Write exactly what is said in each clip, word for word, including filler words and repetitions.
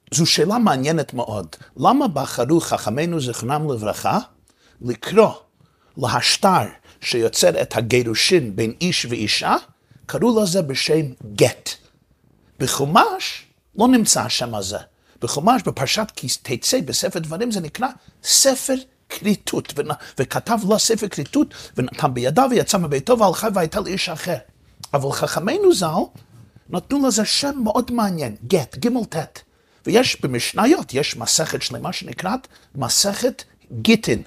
זו שאלה מעניינת מאוד. למה בחרו חכמינו זכרונם לברכה לקרוא להשטר שיוצר את הגירושין בין איש ואישה, קראו לזה בשם גט. בחומש לא נמצא השם הזה. בחומש בפרשת כי תצא בספר דברים זה נקרא ספר כריתות, וכתב לה ספר כריתות ונתן בידיו ויצא מביתו והלכה והייתה לאיש אחר. אבל חכמינו ז"ל נתנו לזה שם מאוד מעניין, גט, ג' ט'. ויש במשניות, יש מסכת שלמה שנקראת מסכת גיטין.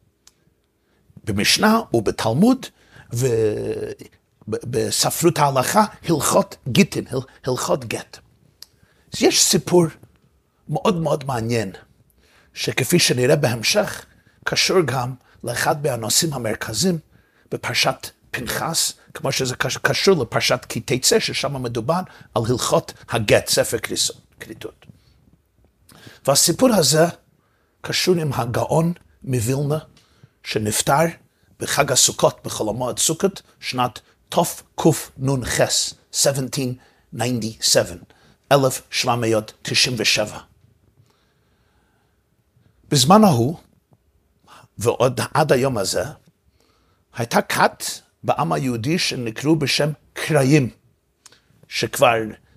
במשנה ובתלמוד ובספרות ההלכה הלכות גיטין, הל, הלכות גט. אז יש סיפור מאוד מאוד מעניין, שכפי שנראה בהמשך, קשור גם לאחד מהנושאים המרכזיים בפרשת פנחס, כמו שזה קשור לפרשת כי תצא, ששם מדובר על הלכות הגט, ספר כריתות. והסיפור הזה קשור עם הגאון מווילנה, שנפטר בחג הסוכות, בחול המועד סוכות, שנת תקנ"ח, אלף שבע מאות תשעים ושבע. בזמן ההוא, ועוד עד היום הזה, הייתה כת בעם היהודי שנקראו בשם קראים, שכבר,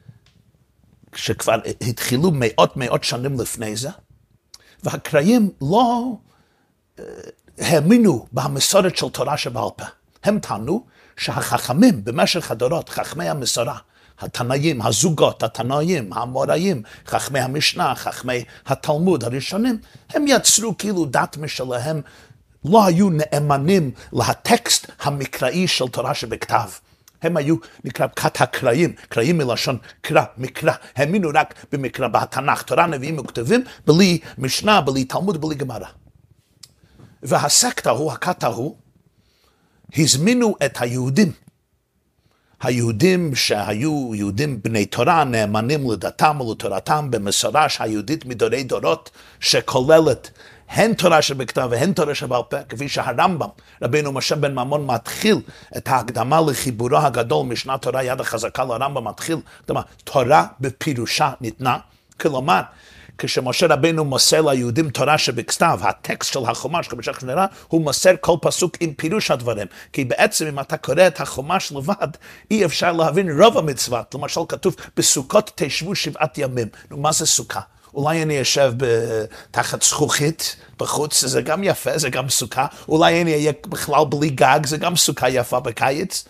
שכבר התחילו מאות מאות שנים לפני זה, והקראים לא האמינו במסורת של תורה שבעל פה. הם טענו שהחכמים במשך הדורות, חכמי המסורה, התנאים, הזוגות, התנאים, האמוראים, חכמי המשנה, חכמי התלמוד הראשונים, הם יצרו כאילו דת משלהם, לא היו נאמנים לטקסט המקראי של תורה שבכתב. הם היו נקרא כת הקראים, קראים מלשון קרא, מקרא, האמינו רק במקרא, בתנ"ך, תורה, נביאים וכתבים, בלי משנה, בלי תלמוד, בלי גמרא. והסקט ההוא, הכת ההוא, הזמינו את היהודים, היהודים שהיו יהודים בני תורה, נאמנים לדתם ולתורתם במסורה היהודית מדורי דורות, שכוללת הן תורה שבכתב והן תורה שבעל פה, כפי שהרמב"ם, רבינו משה בן ממון, מתחיל את ההקדמה לחיבורו הגדול, משנה תורה יד החזקה לרמב"ם, מתחיל, תורה בפירושה ניתנה, כלומר, כשמשה רבינו מוסר ליהודים תורה שבכתב, הטקסט של החומש, כמו שנראה, הוא מוסר כל פסוק עם פירוש הדברים. כי בעצם אם אתה קורא את החומש לבד, אי אפשר להבין רוב המצוות. למשל כתוב, בסוכות תשבו שבעת ימים. נו, מה זה סוכה? אולי אני אשב תחת זכוכית בחוץ, זה גם יפה, זה גם סוכה. אולי אני אהיה בכלל בלי גג, זה גם סוכה יפה בקיץ.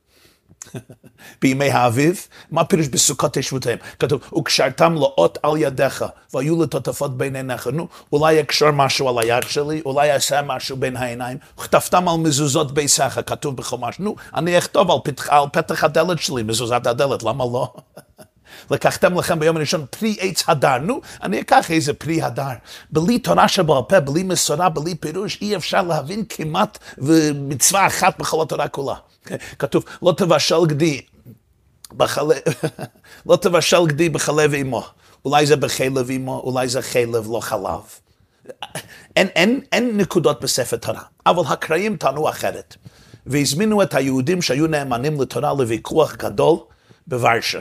בימי האביב, מה פירוש בסוכות תשבותיהם? כתוב, וקשרתם לאות על ידיך, והיו לטוטפות בין עיניך. נו, אולי יקשור משהו על היד שלי, אולי יעשה משהו בין העיניים, וכתבתם על מזוזות ביסך, כתוב בחומש. נו, אני אכתוב על, פתח, על פתח הדלת שלי, מזוזת הדלת, למה לא? לקחתם לכם ביום הראשון פרי עץ הדר, נו, אני אקח איזה פרי הדר. בלי תורה שבעל פה, בלי מסורה, בלי פירוש, אי אפשר להבין כמעט מצווה אחת בכל התורה כולה. כתוב, לא תבשל גדי בחלב, לא תבשל גדי בחלב אמו. אולי זה בחלב אמו, אולי זה חלב לא חלב. אין, אין, אין נקודות בספר תורה. אבל הקראים טענו אחרת. והזמינו את היהודים שהיו נאמנים לתורה לוויכוח גדול בוורשה.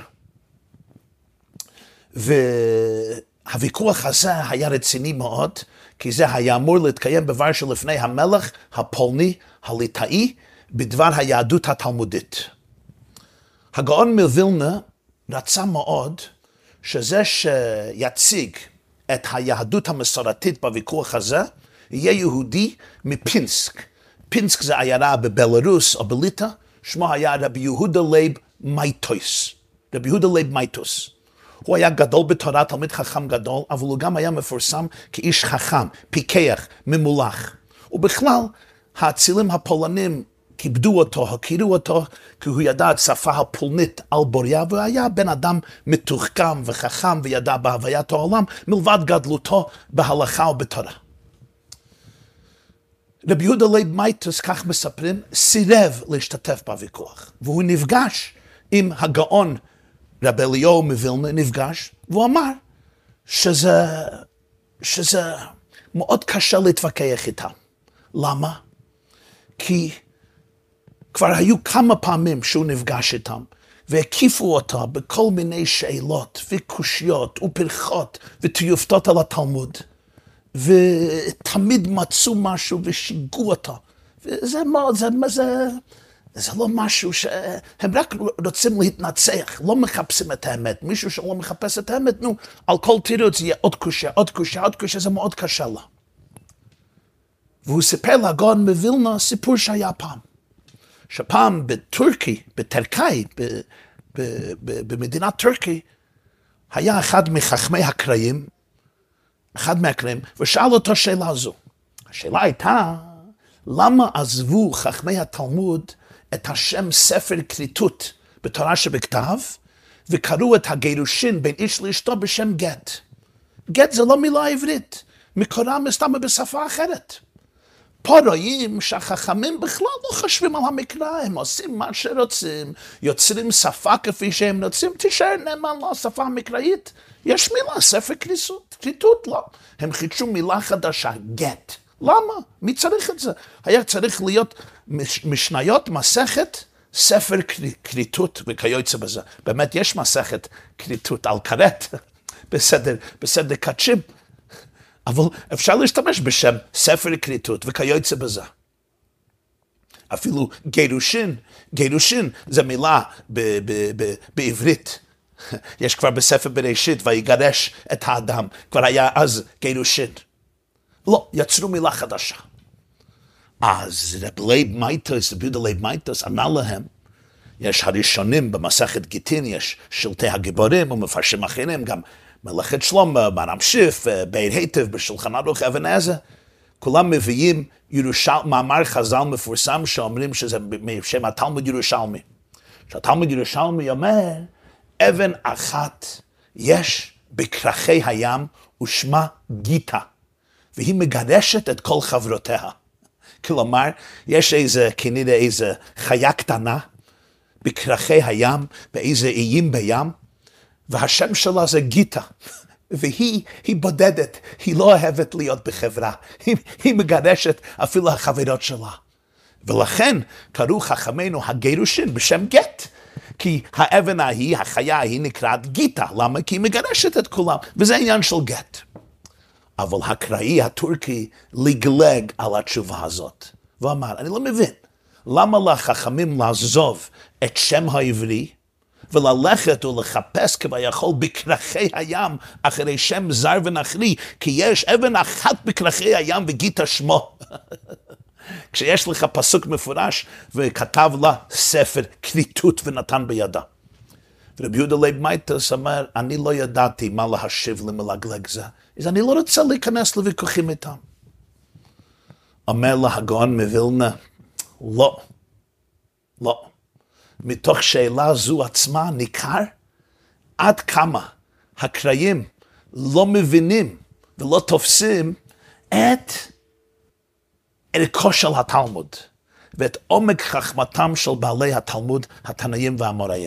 והוויכוח הזה היה רציני מאוד, כי זה היה אמור להתקיים בוורשה לפני המלך הפולני הליטאי, בדבר היהדות התלמודית. הגאון מווילנה רצה מאוד שזה שיציג את היהדות המסורתית בוויכוח הזה, יהיה יהודי מפינסק. פינסק זה עיירה בבלרוס או בליטא, שמו היה רבי יהודה לייב מייטוס. רבי יהודה לייב מייטוס. הוא היה גדול בתורה, תלמיד חכם גדול, אבל הוא גם היה מפורסם כאיש חכם, פיקח, ממולח. ובכלל, האצילים הפולנים כיבדו אותו, הכירו אותו, כי הוא ידע את שפה הפולנית על בוריה, והוא היה בן אדם מתוחכם וחכם וידע בהוויית העולם, מלבד גדלותו בהלכה ובתורה. רבי יהודה לייב מייטוס, כך מספרים, סירב להשתתף בוויכוח, והוא נפגש עם הגאון רבי אליהו מווילנה, נפגש, והוא אמר שזה, שזה מאוד קשה להתווכח איתם. למה? כי כבר היו כמה פעמים שהוא נפגש איתם, והקיפו אותה בכל מיני שאלות וקושיות ופרחות וטיופתות על התלמוד, ותמיד מצאו משהו ושיגעו אותה. וזה מאוד, זה, זה, זה לא משהו שהם רק רוצים להתנצח, לא מחפשים את האמת. מישהו שלא מחפש את האמת, נו, על כל תירוץ יהיה עוד קושיה, עוד קושיה, עוד קושיה, זה מאוד קשה לה. והוא סיפר לגאון מווילנה סיפור שהיה פעם. שפעם בטורקי, בטרקאי, ב, ב, ב, במדינת טורקי, היה אחד מחכמי הקראים, אחד מהקראים, ושאל אותו שאלה זו. השאלה הייתה, למה עזבו חכמי התלמוד את השם ספר כריתות בתורה שבכתב, וקראו את הגירושין בין איש לאשתו בשם גט? גט זה לא מילה עברית, מקורה מסתמה בשפה אחרת. פה רואים שהחכמים בכלל לא חושבים על המקרא, הם עושים מה שרוצים, יוצרים שפה כפי שהם רוצים, תישאר נאמן לשפה המקראית. יש מילה, ספר כריתות, כריתות לא. הם חידשו מילה חדשה, גט. למה? מי צריך את זה? היה צריך להיות משניות, מסכת, ספר כריתות וכיוצא בזה. באמת יש מסכת כריתות על כרת, בסדר, בסדר קדשים. אבל אפשר להשתמש בשם ספר כריתות וכיוצא בזה. אפילו גירושין, גירושין זה מילה ב- ב- ב- בעברית. יש כבר בספר בראשית, ויגרש את האדם, כבר היה אז גירושין. לא, יצרו מילה חדשה. אז רב לייב מייטוס, רב יהודה לייב מייטוס, ענה להם, יש הראשונים במסכת גיטין, יש שלטי הגיבורים ומפרשים אחרים, גם מלאכת שלמה, מרם שיף, בית היטב, בשולחן ערוך, אבן עזר, כולם מביאים ירושל... מאמר חז"ל מפורסם שאומרים שזה בשם התלמוד ירושלמי. שהתלמוד ירושלמי אומר, אבן אחת יש בכרכי הים ושמה גיטה, והיא מגרשת את כל חברותיה. כלומר, יש איזה, כנראה איזה חיה קטנה בכרכי הים, באיזה איים בים, והשם שלה זה גיטה, והיא היא בודדת, היא לא אוהבת להיות בחברה, היא, היא מגרשת אפילו החברות שלה. ולכן קראו חכמינו הגירושין בשם גט, כי האבן ההיא, החיה ההיא נקראת גיטה. למה? כי היא מגרשת את כולם, וזה עניין של גט. אבל הקראי הטורקי לגלג על התשובה הזאת, ואמר, אני לא מבין, למה לחכמים לעזוב את שם העברי, וללכת ולחפש כביכול בכרכי הים אחרי שם זר ונחרי, כי יש אבן אחת בכרכי הים וגיטה שמו. כשיש לך פסוק מפורש וכתב לה ספר כריתות ונתן בידה. ורבי יהודה לייב מייטוס אמר, אני לא ידעתי מה להשיב למלגלג זה, אז אני לא רוצה להיכנס לוויכוחים איתם. אומר לה הגאון מווילנה, לא, לא. מתוך שאלה זו עצמה ניכר עד כמה הקראים לא מבינים ולא תופסים את ערכו של התלמוד ואת עומק חכמתם של בעלי התלמוד, התנאים והאמוראים.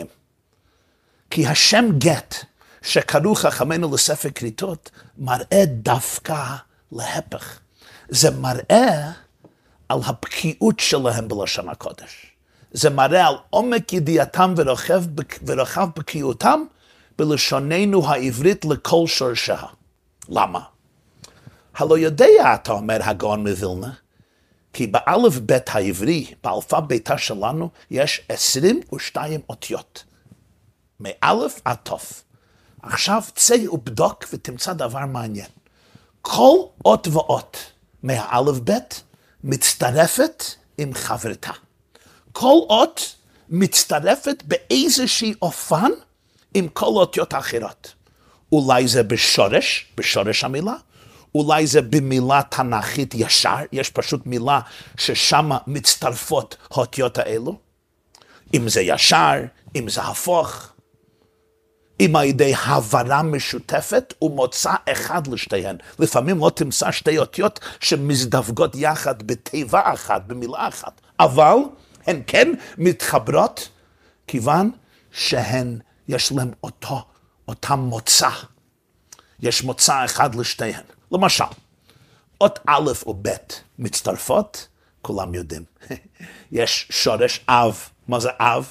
כי השם גט שקראו חכמינו לספר כריתות מראה דווקא להפך. זה מראה על הבקיאות שלהם בלשון הקודש. זה מראה על עומק ידיעתם ורחב, ורחב בקיאותם בלשוננו העברית לכל שורשה. למה? הלא יודע, אתה אומר הגאון מווילנה, כי באלף בית העברי, באלפא ביתה שלנו, יש עשרים ושתיים אותיות. מאלף עד תוף. עכשיו צא ובדוק ותמצא דבר מעניין. כל אות ואות מהאלף בית מצטרפת עם חברתה. כל אות מצטרפת באיזושהי אופן עם כל אותיות האחרות. אולי זה בשורש, בשורש המילה, אולי זה במילה תנ"כית ישר, יש פשוט מילה ששם מצטרפות האותיות האלו. אם זה ישר, אם זה הפוך, אם על ידי הברה משותפת ומוצא אחד לשתיהן. לפעמים לא תמצא שתי אותיות שמזדווגות יחד בתיבה אחת, במילה אחת. אבל הן כן מתחברות, כיוון שהן, יש להן אותו, אותם מוצא. יש מוצא אחד לשתיהן. למשל, אות א' או ב' מצטרפות, כולם יודעים. יש שורש אב. מה זה אב?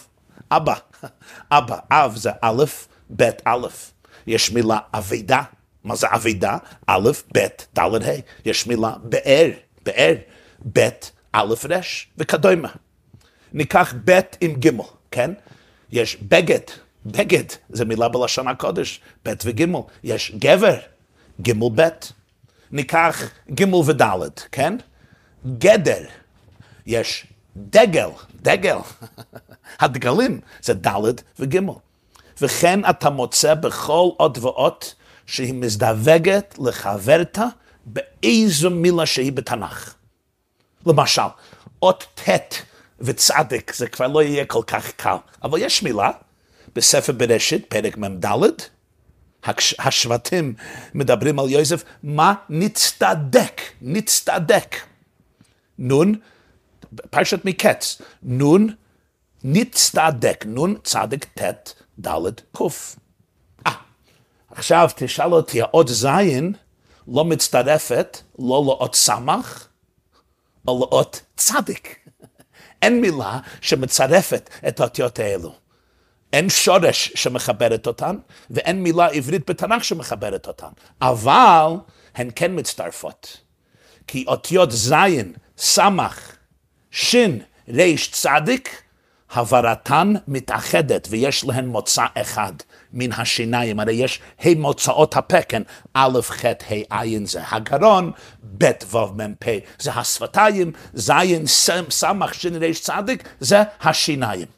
אבא, אבא, אב זה א', ב', א'. יש מילה אבידה, מה זה אבידה? א', ב', ד', ה'. יש מילה באר, באר, ב', א', ר', וכדומה. ניקח ב' עם ג', כן? יש בגד, בגד, זה מילה בלשון הקודש, ב' וג'. יש גבר, ג' ב'. ניקח ג' וד', כן? גדר, יש דגל, דגל, הדגלים זה ד' וג'. וכן אתה מוצא בכל עוד ועוד שהיא מזדווגת לחברתה באיזו מילה שהיא בתנ"ך. למשל, אות ט' וצדיק, זה כבר לא יהיה כל כך קל, אבל יש מילה בספר בראשית, פרק מ"ד, השבטים מדברים על יוסף, מה נצטדק, נצטדק. נון, פרשת מקץ, נון נצטדק, נון צדיק ט' ד' קוף. אה, עכשיו תשאל אותי, האות זין לא מצטרפת לא לאות סמך או לאות צדיק. אין מילה שמצרפת את האותיות האלו. אין שורש שמחברת אותן, ואין מילה עברית בתנ"ך שמחברת אותן. אבל הן כן מצטרפות. כי אותיות זין, סמך, שין, ריש, צדיק, הברתן מתאחדת ויש להן מוצא אחד מן השיניים. הרי יש ה' מוצאות הפה, כן, א', ח', ה', עין זה הגרון, ב', ו', מ', פ' זה השפתיים, זין, סמך, שין, ריש, צדיק זה השיניים.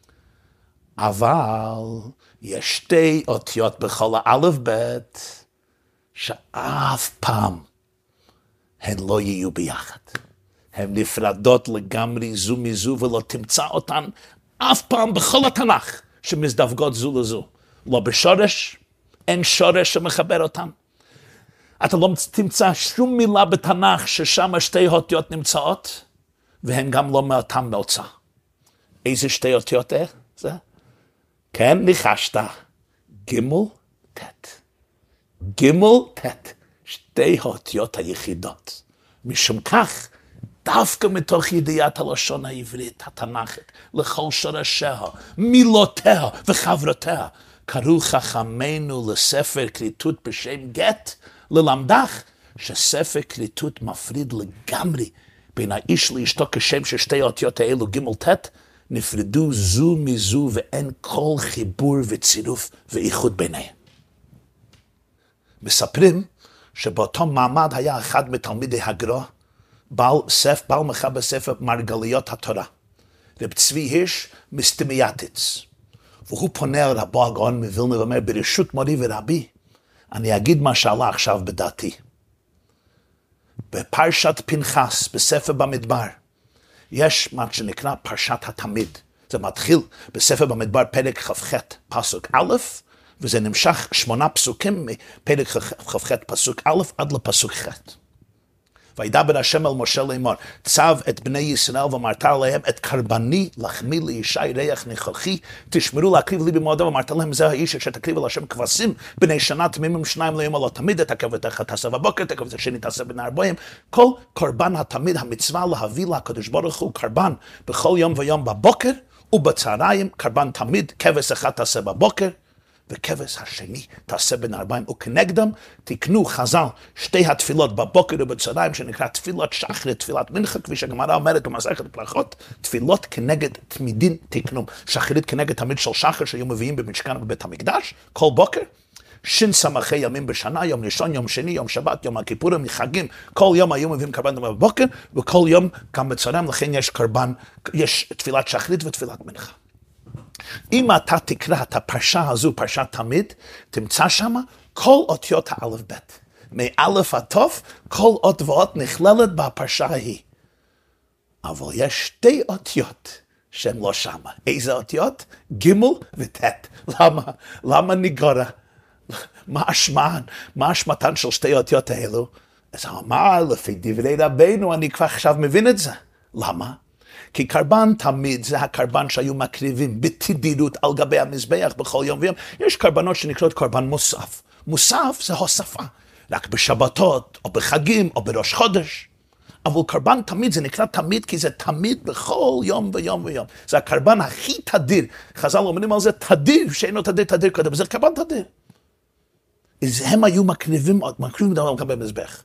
אבל יש שתי אותיות בכל האלף בית שאף פעם הן לא יהיו ביחד. הן נפרדות לגמרי זו מזו ולא תמצא אותן אף פעם בכל התנ"ך שמזדווגות זו לזו. לא בשורש, אין שורש שמחבר אותן. אתה לא תמצא שום מילה בתנ"ך ששם שתי אותיות נמצאות והן גם לא מאותם מוצא. איזה שתי אותיות זה? כן, ניחשת, ג' ט'. ג' ט', שתי האותיות היחידות. משום כך, דווקא מתוך ידיעת הלשון העברית, התנ"כית, לכל שורשיה, מילותיה וחברותיה, קראו חכמינו לספר כריתות בשם גט, ללמדך שספר כריתות מפריד לגמרי בין האיש לאשתו כשם ששתי האותיות האלו, ג' ט', נפרדו זו מזו ואין כל חיבור וצירוף ואיחוד ביניהם. מספרים שבאותו מעמד היה אחד מתלמידי הגר"א, בעל ספר, בעל מחבר ספר מרגליות התורה, רב צבי הירש מסטימייטיץ. והוא פונה אל רבו הגאון מווילנה ואומר, ברשות מורי ורבי, אני אגיד מה שעלה עכשיו בדעתי. בפרשת פנחס, בספר במדבר, יש מה שנקרא פרשת התמיד. זה מתחיל בספר במדבר פרק כ"ח פסוק א', וזה נמשך שמונה פסוקים מפרק כ"ח פסוק א' עד לפסוק ח'. וידבר השם אל משה לאמור, צו את בני ישראל ואמרת עליהם, את קרבני לחמי לישי ריח ניחוחי, תשמרו להקריב לי במועדו, ואמרת להם, זה האיש אשר תקריב על השם כבשים, בני שנה תמימים שניים ליום הלא תמיד, את הכבדך תעשה בבוקר, את הכבד השני תעשה בנהר בוים. כל קורבן התמיד המצווה להביא לקדוש ברוך הוא קרבן בכל יום ויום בבוקר, ובצהריים קרבן תמיד, כבש אחד תעשה בבוקר, וכבש השני תעשה בנהר בוים, וכנגדם תקנו חז"ל שתי התפילות בבוקר ובצהריים, שנקרא תפילות שחרית, תפילת מנחה, כפי שהגמרא אומרת במסכת ברכות, תפילות כנגד תמידין תקנו, שחרית כנגד תמיד של שחר שהיו מביאים במשכן ובבית המקדש, כל בוקר, שין סמכי ימים בשנה, יום ראשון, יום שני, יום שבת, יום הכיפורים, מחגים, כל יום היו מביאים קרבן בבוקר, וכל יום גם בצהריים, לכן יש קרבן, יש תפילת שחרית ותפילת מנחה. אם אתה תקרא את הפרשה הזו, פרשת תמיד, תמצא שם כל אותיות האלף בית. מאלף עד תוף, כל אות ואות נכללת בפרשה ההיא. אבל יש שתי אותיות שהן לא שם. איזה אותיות? ג' וט'. למה? למה ניגורה? מה אשמן? מה אשמתן של שתי אותיות האלו? אז הוא אמר, לפי דברי רבינו, אני כבר עכשיו מבין את זה. למה? כי קרבן תמיד זה הקרבן שהיו מקריבים בתדירות על גבי המזבח בכל יום ויום. יש קרבנות שנקראות קרבן מוסף. מוסף זה הוספה, רק בשבתות או בחגים או בראש חודש. אבל קרבן תמיד, זה נקרא תמיד, כי זה תמיד בכל יום ויום ויום. זה הקרבן הכי תדיר. חז"ל אומרים על זה תדיר, שאינו תדיר תדיר קודם, זה קרבן תדיר. אז הם היו מקריבים, מקריבים דבר כזה במזבח.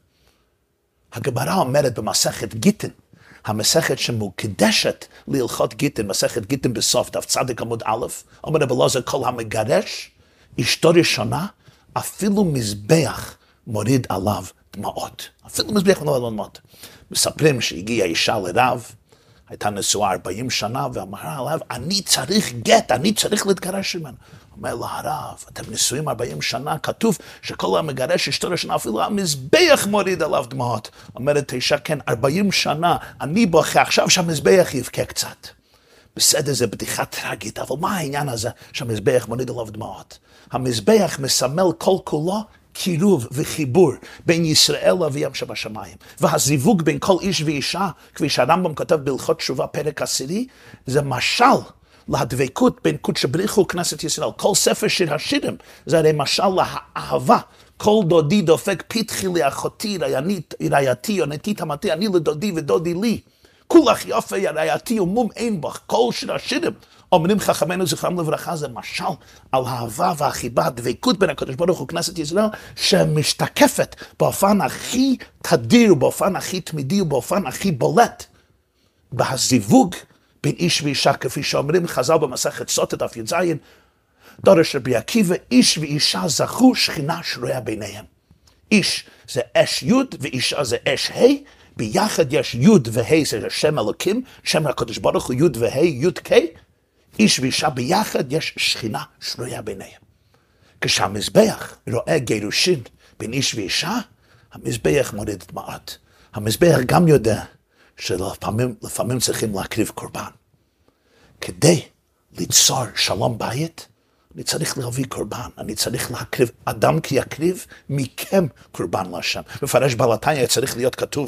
הגמרא אומרת במסכת גיטין, המסכת שמוקדשת להלכות גיטין, מסכת גיטין בסוף, דף צדיק עמוד א', אומר רבי אלעזר, כל המגרש, אשתו ראשונה, אפילו מזבח מוריד עליו דמעות. אפילו מזבח מוריד עליו דמעות. מספרים שהגיעה אישה לרב, הייתה נשואה ארבעים שנה, ואמרה עליו, אני צריך גט, אני צריך להתגרש ממנו. אומר לה הרב, אתם נשואים ארבעים שנה, כתוב שכל המגרש אשתו ראשונה, אפילו המזבח מוריד עליו דמעות. אומרת אישה, כן, ארבעים שנה, אני בוכה, עכשיו שהמזבח יבכה קצת. בסדר, זה בדיחה טרגית, אבל מה העניין הזה שהמזבח מוריד עליו דמעות? המזבח מסמל כל כולו קירוב וחיבור בין ישראל לאביהם שבשמיים. והזיווג בין כל איש ואישה, כפי שהרמב"ם כותב בהלכות תשובה פרק עשירי, זה משל להדבקות בין קודש בריך הוא כנסת ישראל. כל ספר שיר השירים זה הרי משל לאהבה. כל דודי דופק פתחי לאחותי, רעייתי, יונתי תמתי, אני לדודי ודודי לי. כולך יופי, רעייתי ומום אין בך. כל שיר השירים אומרים חכמינו זכרם לברכה, זה משל על האהבה והחיבה, הדבקות בין הקדוש ברוך הוא כנסת ישראל, שמשתקפת באופן הכי תדיר, באופן הכי תמידי ובאופן הכי בולט, בהזיווג בין איש ואישה, כפי שאומרים חז"ל במסכת סוטה דף י"ז, דורש רבי עקיבא, איש ואישה זכו שכינה שרויה ביניהם. איש זה אש י' ואישה זה אש ה', ביחד יש י' וה' זה שם אלוקים, שם הקדוש ברוך הוא י' וה' י' כ', איש ואישה ביחד יש שכינה שרויה ביניהם. כשהמזבח רואה גירושין בין איש ואישה, המזבח מוריד דמעות. המזבח גם יודע שלפעמים לפעמים צריכים להקריב קורבן. כדי ליצור שלום בית, אני צריך להביא קורבן, אני צריך להקריב, אדם כי יקריב מכם קורבן להשם. מפרש בעל התניא צריך להיות כתוב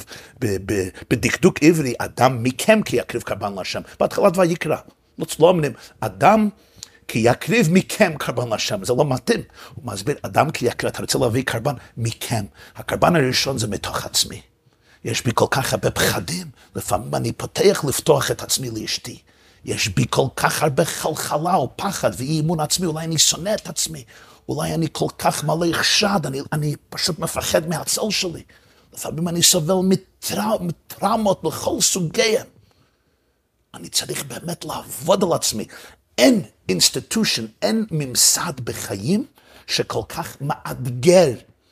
בדקדוק עברי, אדם מכם כי יקריב קורבן להשם. בהתחלת ויקרא. לא אומרים, אדם כי יקריב מכם קרבן להשם, זה לא מתאים. הוא מסביר, אדם כי יקריב, אתה רוצה להביא קרבן מכם. הקרבן הראשון זה מתוך עצמי. יש בי כל כך הרבה פחדים, לפעמים אני פותח לפתוח את עצמי לאשתי. יש בי כל כך הרבה חלחלה או פחד ואי אמון עצמי, אולי אני שונא את עצמי, אולי אני כל כך מלא חשד, אני, אני פשוט מפחד מהצל שלי. לפעמים אני סובל מטראומות, מטראומות לכל סוגיהם. אני צריך באמת לעבוד על עצמי. אין אינסטיטושן, אין ממסד בחיים שכל כך מאתגר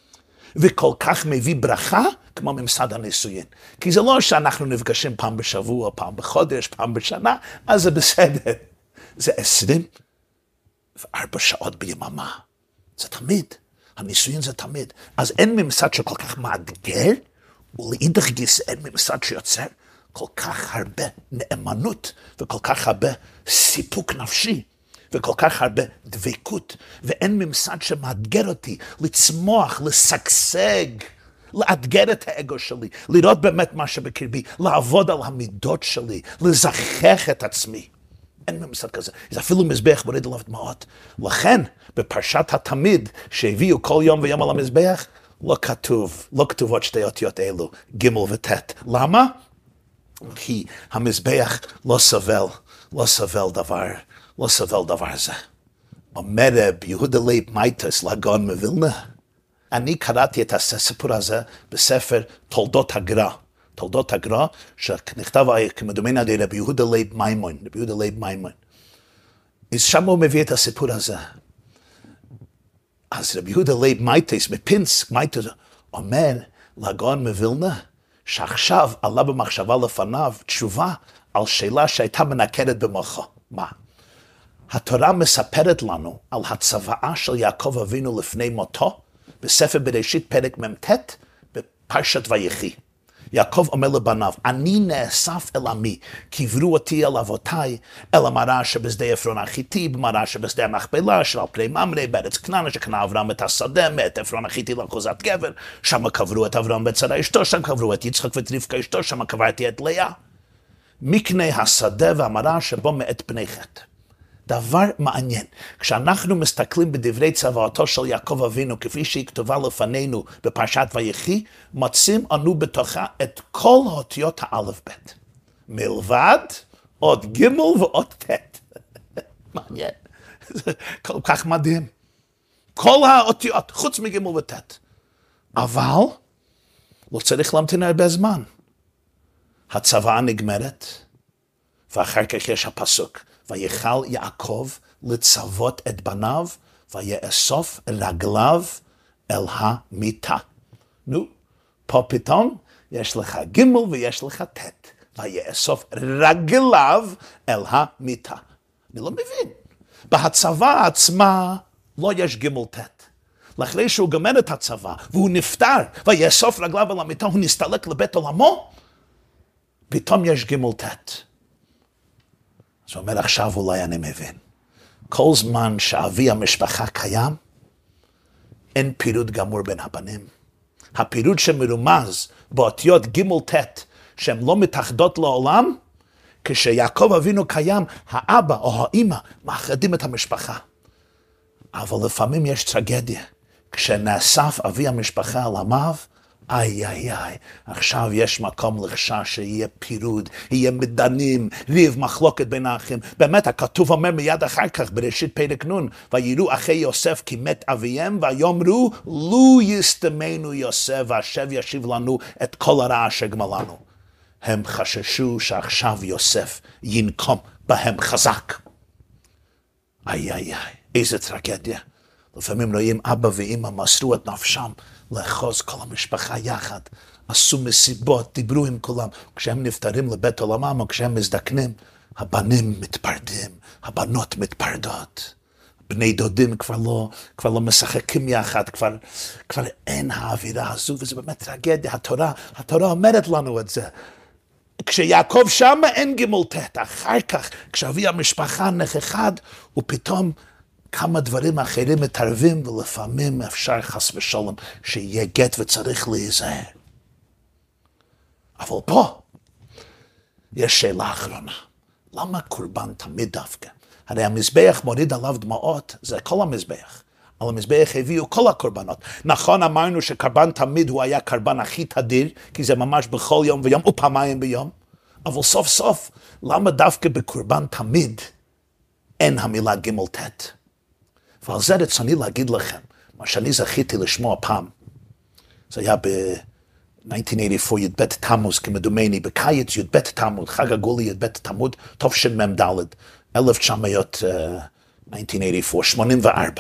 וכל כך מביא ברכה כמו ממסד הנישואין. כי זה לא שאנחנו נפגשים פעם בשבוע, פעם בחודש, פעם בשנה, אז זה בסדר. זה עשרים וארבע שעות ביממה. זה תמיד. הנישואין זה תמיד. אז אין ממסד שכל כך מאתגר, ולאידך גיסא אין ממסד שיוצר כל כך הרבה נאמנות, וכל כך הרבה סיפוק נפשי, וכל כך הרבה דבקות, ואין ממסד שמאתגר אותי לצמוח, לשגשג, לאתגר את האגו שלי, לראות באמת מה שבקרבי, לעבוד על המידות שלי, לזכח את עצמי. אין ממסד כזה. זה אפילו מזבח מוריד עליו דמעות. לכן, בפרשת התמיד, שהביאו כל יום ויום על המזבח, לא כתוב, לא כתובות שתי אותיות אלו, ג' וט'. למה? כי המזבח לא סובל, לא סובל דבר, לא סובל דבר זה. אומר רב יהודה לייב מייטס לגאון מווילנה, אני קראתי את הסיפור הזה בספר תולדות הגר"א. תולדות הגר"א, שנכתב כמדומיין על רבי יהודה לייב מימון, רבי יהודה לייב מימון. אז שם הוא מביא את הסיפור הזה. אז רבי יהודה לייב מייטס, מפינסק מייטס, אומר לגאון מווילנה, שעכשיו עלה במחשבה לפניו תשובה על שאלה שהייתה מנקדת במוחו. מה? התורה מספרת לנו על הצוואה של יעקב אבינו לפני מותו, בספר בראשית פרק מ"ט, בפרשת ויחי. יעקב אומר לבניו, אני נאסף אל עמי, קברו אותי אל אבותיי, אל המראה שבשדה עפרון החיתי, במראה שבשדה המכפלה, של על פני ממרא, בארץ כנען, שקנה אברהם את השדה, מאת עפרון החיתי לאחוזת גבר, שם קברו את אברהם ואת שרה אשתו, שם קברו את יצחק ואת רבקה אשתו, שם קברתי את לאה. מקנה השדה והמראה שבו מאת פני חטא. דבר מעניין, כשאנחנו מסתכלים בדברי צוואתו של יעקב אבינו, כפי שהיא כתובה לפנינו בפרשת ויחי, מוצאים אנו בתוכה את כל האותיות האלף בית. מלבד עוד ג' ועוד ט'. מעניין. זה כל כך מדהים. כל האותיות, חוץ מג' וט'. אבל לא צריך להמתין הרבה זמן. הצוואה נגמרת, ואחר כך יש הפסוק. ויכל יעקב לצוות את בניו, ויאסוף רגליו אל המיטה. נו, פה פתאום יש לך ג' ויש לך ט'. ויאסוף רגליו אל המיטה. אני לא מבין. בהצוואה עצמה לא יש ג' ט'. לאחרי שהוא גמר את הצבא, והוא נפטר, ויאסוף רגליו אל המיטה, הוא נסתלק לבית עולמו, פתאום יש ג' ט'. אז הוא אומר, עכשיו אולי אני מבין. כל זמן שאבי המשפחה קיים, אין פירוד גמור בין הבנים. הפירוד שמרומז באותיות ג' ט', שהן לא מתאחדות לעולם, כשיעקב אבינו קיים, האבא או האמא מאחדים את המשפחה. אבל לפעמים יש טרגדיה. כשנאסף אבי המשפחה על עמיו, איי איי איי, עכשיו יש מקום לחשש שיהיה פירוד, יהיה מדנים, ריב, מחלוקת בין האחים. באמת, הכתוב אומר מיד אחר כך, בראשית פרק נ', ויראו אחי יוסף כי מת אביהם, ויאמרו, לו יסתמנו יוסף, והשב ישיב לנו את כל הרע אשר גמלנו. הם חששו שעכשיו יוסף ינקום בהם חזק. איי איי איי, איזה טרגדיה. לפעמים רואים אבא ואמא מסרו את נפשם לאחוז כל המשפחה יחד, עשו מסיבות, דיברו עם כולם. כשהם נפטרים לבית עולמם או כשהם מזדקנים, הבנים מתפרדים, הבנות מתפרדות. בני דודים כבר לא, כבר לא משחקים יחד, כבר, כבר אין האווירה הזו, וזה באמת טרגדיה. התורה, התורה אומרת לנו את זה. כשיעקב שמה אין ג' ט', אחר כך כשאבי המשפחה נכחד, ופתאום כמה דברים אחרים מתערבים, ולפעמים אפשר חס ושלום שיהיה גט וצריך להיזהר. אבל פה יש שאלה אחרונה. למה קורבן תמיד דווקא? הרי המזבח מוריד עליו דמעות, זה כל המזבח. על המזבח הביאו כל הקורבנות. נכון, אמרנו שקורבן תמיד הוא היה קורבן הכי תדיר, כי זה ממש בכל יום ויום ופעמיים ביום. אבל סוף סוף, למה דווקא בקורבן תמיד אין המילה ג' ט'? ועל זה רצוני להגיד לכם, מה שאני זכיתי לשמוע פעם, זה היה ב-אלף תשע מאות שמונים וארבע י"ב תמוז כמדומני, בקיץ י"ב תמוז, חג הגולי י"ב תמוז, תשמ"ד, אלף תשע מאות שמונים וארבע.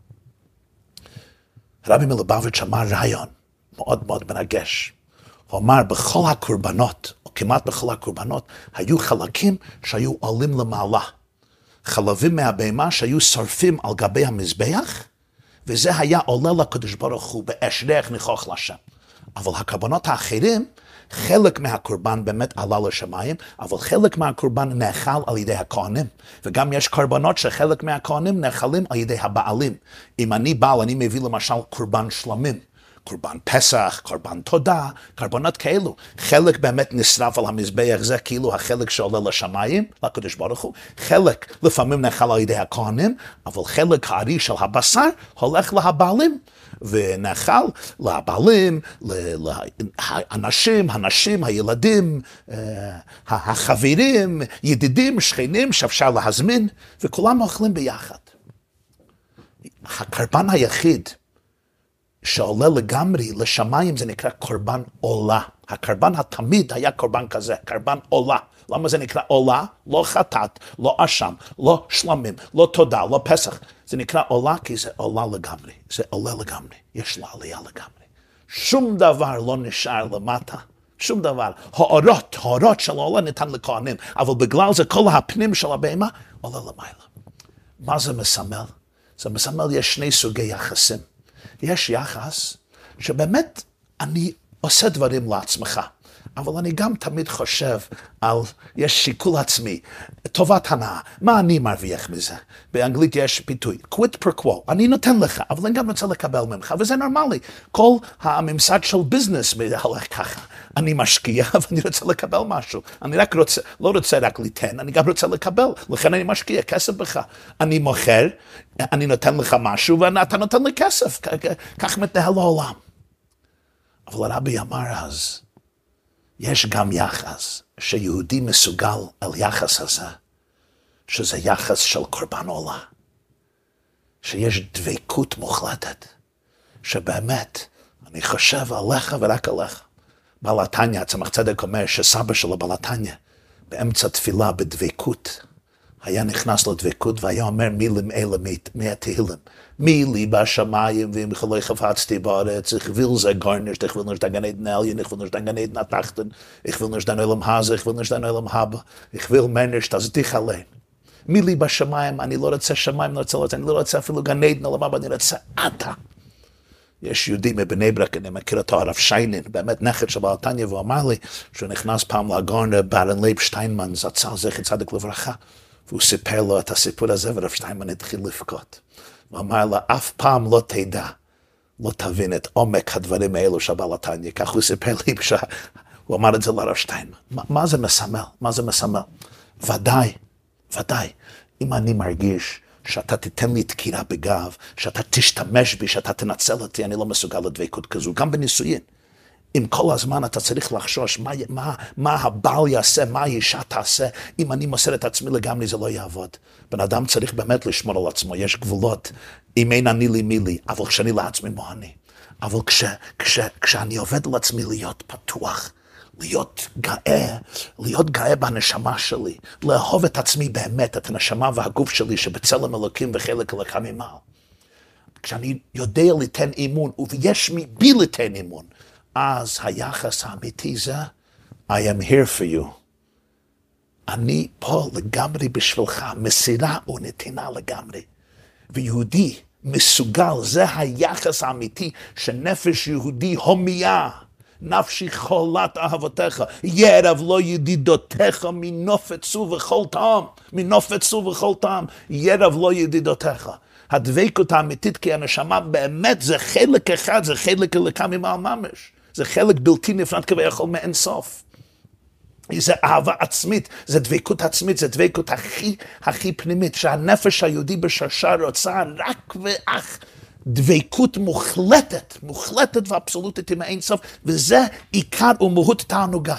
רבי מלובביץ' אמר רעיון מאוד מאוד מרגש. הוא אמר, בכל הקורבנות, או כמעט בכל הקורבנות, היו חלקים שהיו עולים למעלה. חלבים מהבהמה שהיו שורפים על גבי המזבח, וזה היה עולה לקדוש ברוך הוא באש ריח ניחוח לשם. אבל הקורבנות האחרים, חלק מהקורבן באמת עלה לשמיים, אבל חלק מהקורבן נאכל על ידי הכהנים. וגם יש קורבנות שחלק מהכהנים נאכלים על ידי הבעלים. אם אני בעל, אני מביא למשל קורבן שלמים. קורבן פסח, קורבן תודה, קורבנות כאלו. חלק באמת נשרף על המזבח, זה כאילו החלק שעולה לשמיים, לקדוש ברוך הוא. חלק לפעמים נאכל על ידי הכהנים, אבל חלק הארי של הבשר הולך להבעלים. ונאכל לבעלים, לאנשים, הנשים, הילדים, החברים, ידידים, שכנים שאפשר להזמין, וכולם אוכלים ביחד. הקורבן היחיד שעולה לגמרי לשמיים זה נקרא קורבן עולה. הקורבן התמיד היה קורבן כזה, קורבן עולה. למה זה נקרא עולה? לא חטאת, לא אשם, לא שלמים, לא תודה, לא פסח. זה נקרא עולה כי זה עולה לגמרי. זה עולה לגמרי. יש לה עלייה לגמרי. שום דבר לא נשאר למטה. שום דבר. האורות, האורות של העולה ניתן לכהנים. אבל בגלל זה כל הפנים של הבהמה עולה למעלה. מה זה מסמל? זה מסמל יש שני סוגי יחסים. יש יחס שבאמת אני עושה דברים לעצמך. אבל אני גם תמיד חושב על, יש שיקול עצמי, טובת הנאה, מה אני מרוויח מזה? באנגלית יש ביטוי, quid pro quo, אני נותן לך, אבל אני גם רוצה לקבל ממך, וזה נורמלי. כל הממסד של ביזנס הולך ככה, אני משקיע ואני רוצה לקבל משהו, אני רק רוצה, לא רוצה רק ליתן, אני גם רוצה לקבל, לכן אני משקיע כסף בך. אני מוכר, אני נותן לך משהו ואתה נותן לי כסף, כך מתנהל העולם. אבל הרבי אמר אז, יש גם יחס שיהודי מסוגל על יחס הזה, שזה יחס של קורבן עולה, שיש דבקות מוחלטת, שבאמת אני חושב עליך ורק עליך. בעל התניא, צמח צדק אומר שסבא שלו בעל התניא, באמצע תפילה בדבקות, היה נכנס לדבקות והיה אומר מילים אלה מהתהילים. מי לי בשמיים ואם לא חפצתי בארץ, ich will זה גרנישט, ich will nicht den Ganeden Elien, ich will nicht den Ganeden Atachten, ich will nicht den Olam Hase, ich will nicht den Olam Haba, ich will Mensch, das dich allein. מי לי בשמיים, אני לא רוצה שמיים, לא רוצה, אני לא רוצה אפילו גנדן, עולם הבא, אני רוצה אתה. יש יהודי מבני ברק, אני מכיר אותו, הרב שיינין, באמת נכד של בעל תניא, והוא אמר לי שהוא נכנס פעם לגורנה, ברן לייב שטיינמן, זצ"ל זכר צדיק לברכה, והוא סיפר לו את הסיפור הזה, ורב שטיינמן התחיל לבכות. הוא אמר לה, אף פעם לא תדע, לא תבין את עומק הדברים האלו של בעל התניא. כך הוא סיפר לי, הוא אמר את זה לרב שטיינמן. מה, מה זה מסמל? מה זה מסמל? ודאי, ודאי, אם אני מרגיש שאתה תיתן לי דקירה בגב, שאתה תשתמש בי, שאתה תנצל אותי, אני לא מסוגל לדבקות כזו, גם בנישואין. אם כל הזמן אתה צריך לחשוש מה, מה, מה הבעל יעשה, מה האישה תעשה, אם אני מוסר את עצמי לגמרי זה לא יעבוד. בן אדם צריך באמת לשמור על עצמו, יש גבולות, אם אין אני לי מי לי, אבל כשאני לעצמי מה אני. אבל כש, כש, כשאני עובד על עצמי להיות פתוח, להיות גאה, להיות גאה בנשמה שלי, לאהוב את עצמי באמת, את הנשמה והגוף שלי שבצלם אלוקים וחלק אלוקם ממעל. כשאני יודע ליתן אימון, ויש מי בי ליתן אימון, אז היחס האמיתי זה, I am here for you. אני פה לגמרי בשבילך, מסירה ונתינה לגמרי. ויהודי מסוגל, זה היחס האמיתי שנפש יהודי הומיה. נפשי חולת אהבותיך, ירב לא ידידותיך מנופצו וכל טעם, מנופצו וכל טעם, ירב לא ידידותיך. הדבקות האמיתית כי הנשמה באמת זה חלק אחד, זה חלק אלוקם ממעל ממש. זה חלק בלתי נפרד כביכול מאין סוף. זה אהבה עצמית, זה דבקות עצמית, זה דבקות הכי, הכי פנימית, שהנפש היהודי בשרשה רוצה רק ואך דבקות מוחלטת, מוחלטת ואבסולוטית עם האין סוף, וזה עיקר ומהות תענוגה.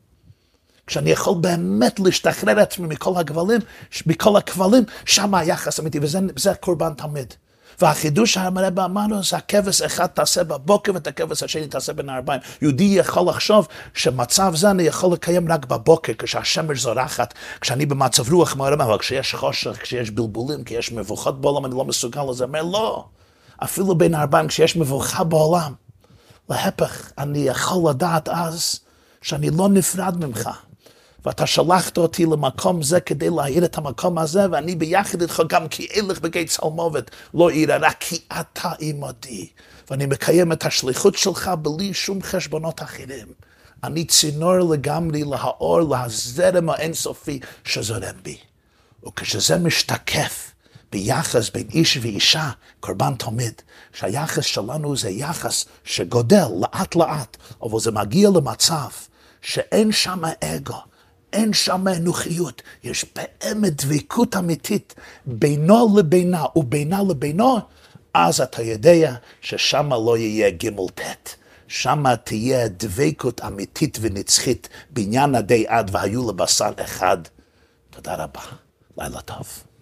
כשאני יכול באמת להשתחרר עצמי מכל הכבלים, מכל הכבלים, שם היחס אמיתי, וזה הקורבן תמיד. והחידוש הרב אמרנו, זה הכבש אחד תעשה בבוקר, ואת הכבש השני תעשה בין הערביים. יהודי יכול לחשוב שמצב זה אני יכול לקיים רק בבוקר, כשהשמש זורחת, כשאני במצב רוח מעורם, אבל כשיש חושך, כשיש בלבולים, כשיש מבוכות בעולם, אני לא מסוגל לזה. אומר, לא. אפילו בין הערביים, כשיש מבוכה בעולם, להפך, אני יכול לדעת אז שאני לא נפרד ממך. ואתה שלחת אותי למקום זה כדי להאיר את המקום הזה, ואני ביחד איתך גם כי אלך בגיא צלמוות, לא אירא, רק כי אתה עמדי. ואני מקיים את השליחות שלך בלי שום חשבונות אחרים. אני צינור לגמרי להאור, להזרם האינסופי שזורם בי. וכשזה משתקף ביחס בין איש ואישה, קורבן תמיד, שהיחס שלנו זה יחס שגודל לאט לאט, אבל זה מגיע למצב שאין שם אגו, אין שם אנוכיות, יש באמת דבקות אמיתית בינו לבינה ובינה לבינו, אז אתה יודע ששם לא יהיה ג' ט', שם תהיה דבקות אמיתית ונצחית, בעניין עדי עד והיו לבשר אחד. תודה רבה, לילה טוב.